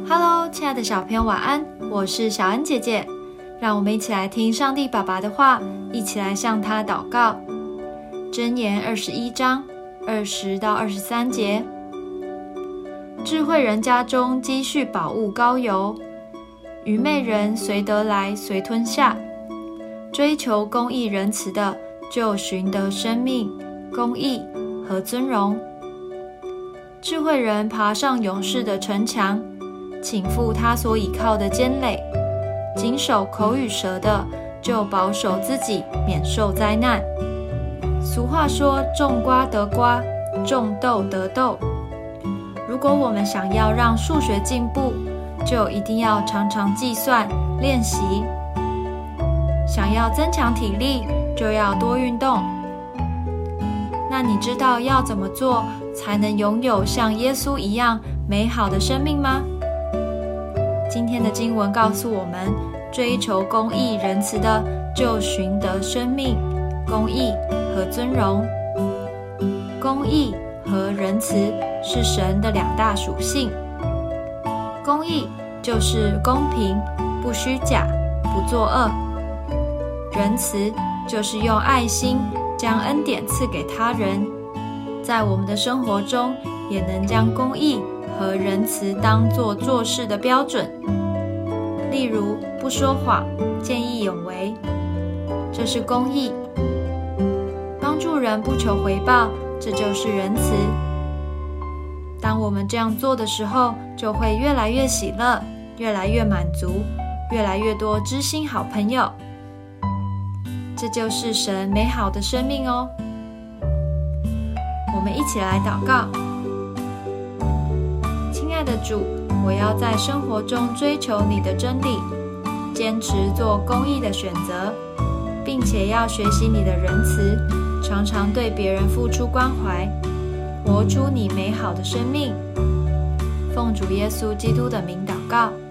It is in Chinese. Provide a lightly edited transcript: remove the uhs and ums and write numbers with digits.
Hello， 亲爱的小朋友晚安，我是小恩姐姐。让我们一起来听上帝爸爸的话，一起来向他祷告。箴言21章20到23节，智慧人家中积蓄宝物膏油，愚昧人随得来随吞下。追求公义仁慈的，就寻得生命、公义和尊荣。智慧人爬上勇士的城墙，倾覆他所倚靠的坚垒。谨守口与舌的，就保守自己免受灾难。俗话说，种瓜得瓜，种豆得豆。如果我们想要让数学进步，就一定要常常计算练习。想要增强体力，就要多运动。那你知道要怎么做才能拥有像耶稣一样美好的生命吗？今天的经文告诉我们，追求公义仁慈的，就寻得生命、公义和尊荣。公义和仁慈是神的两大属性。公义就是公平，不虚假，不作恶。仁慈就是用爱心将恩典赐给他人。在我们的生活中，也能将公义和仁慈当作做事的标准。例如，不说谎，见义勇为，这是公义；帮助人不求回报，这就是仁慈。当我们这样做的时候，就会越来越喜乐，越来越满足，越来越多知心好朋友。这就是神美好的生命哦。我们一起来祷告。亲爱的主，我要在生活中追求你的真理，坚持做公义的选择，并且要学习你的仁慈，常常对别人付出关怀，活出你美好的生命。奉主耶稣基督的名祷告。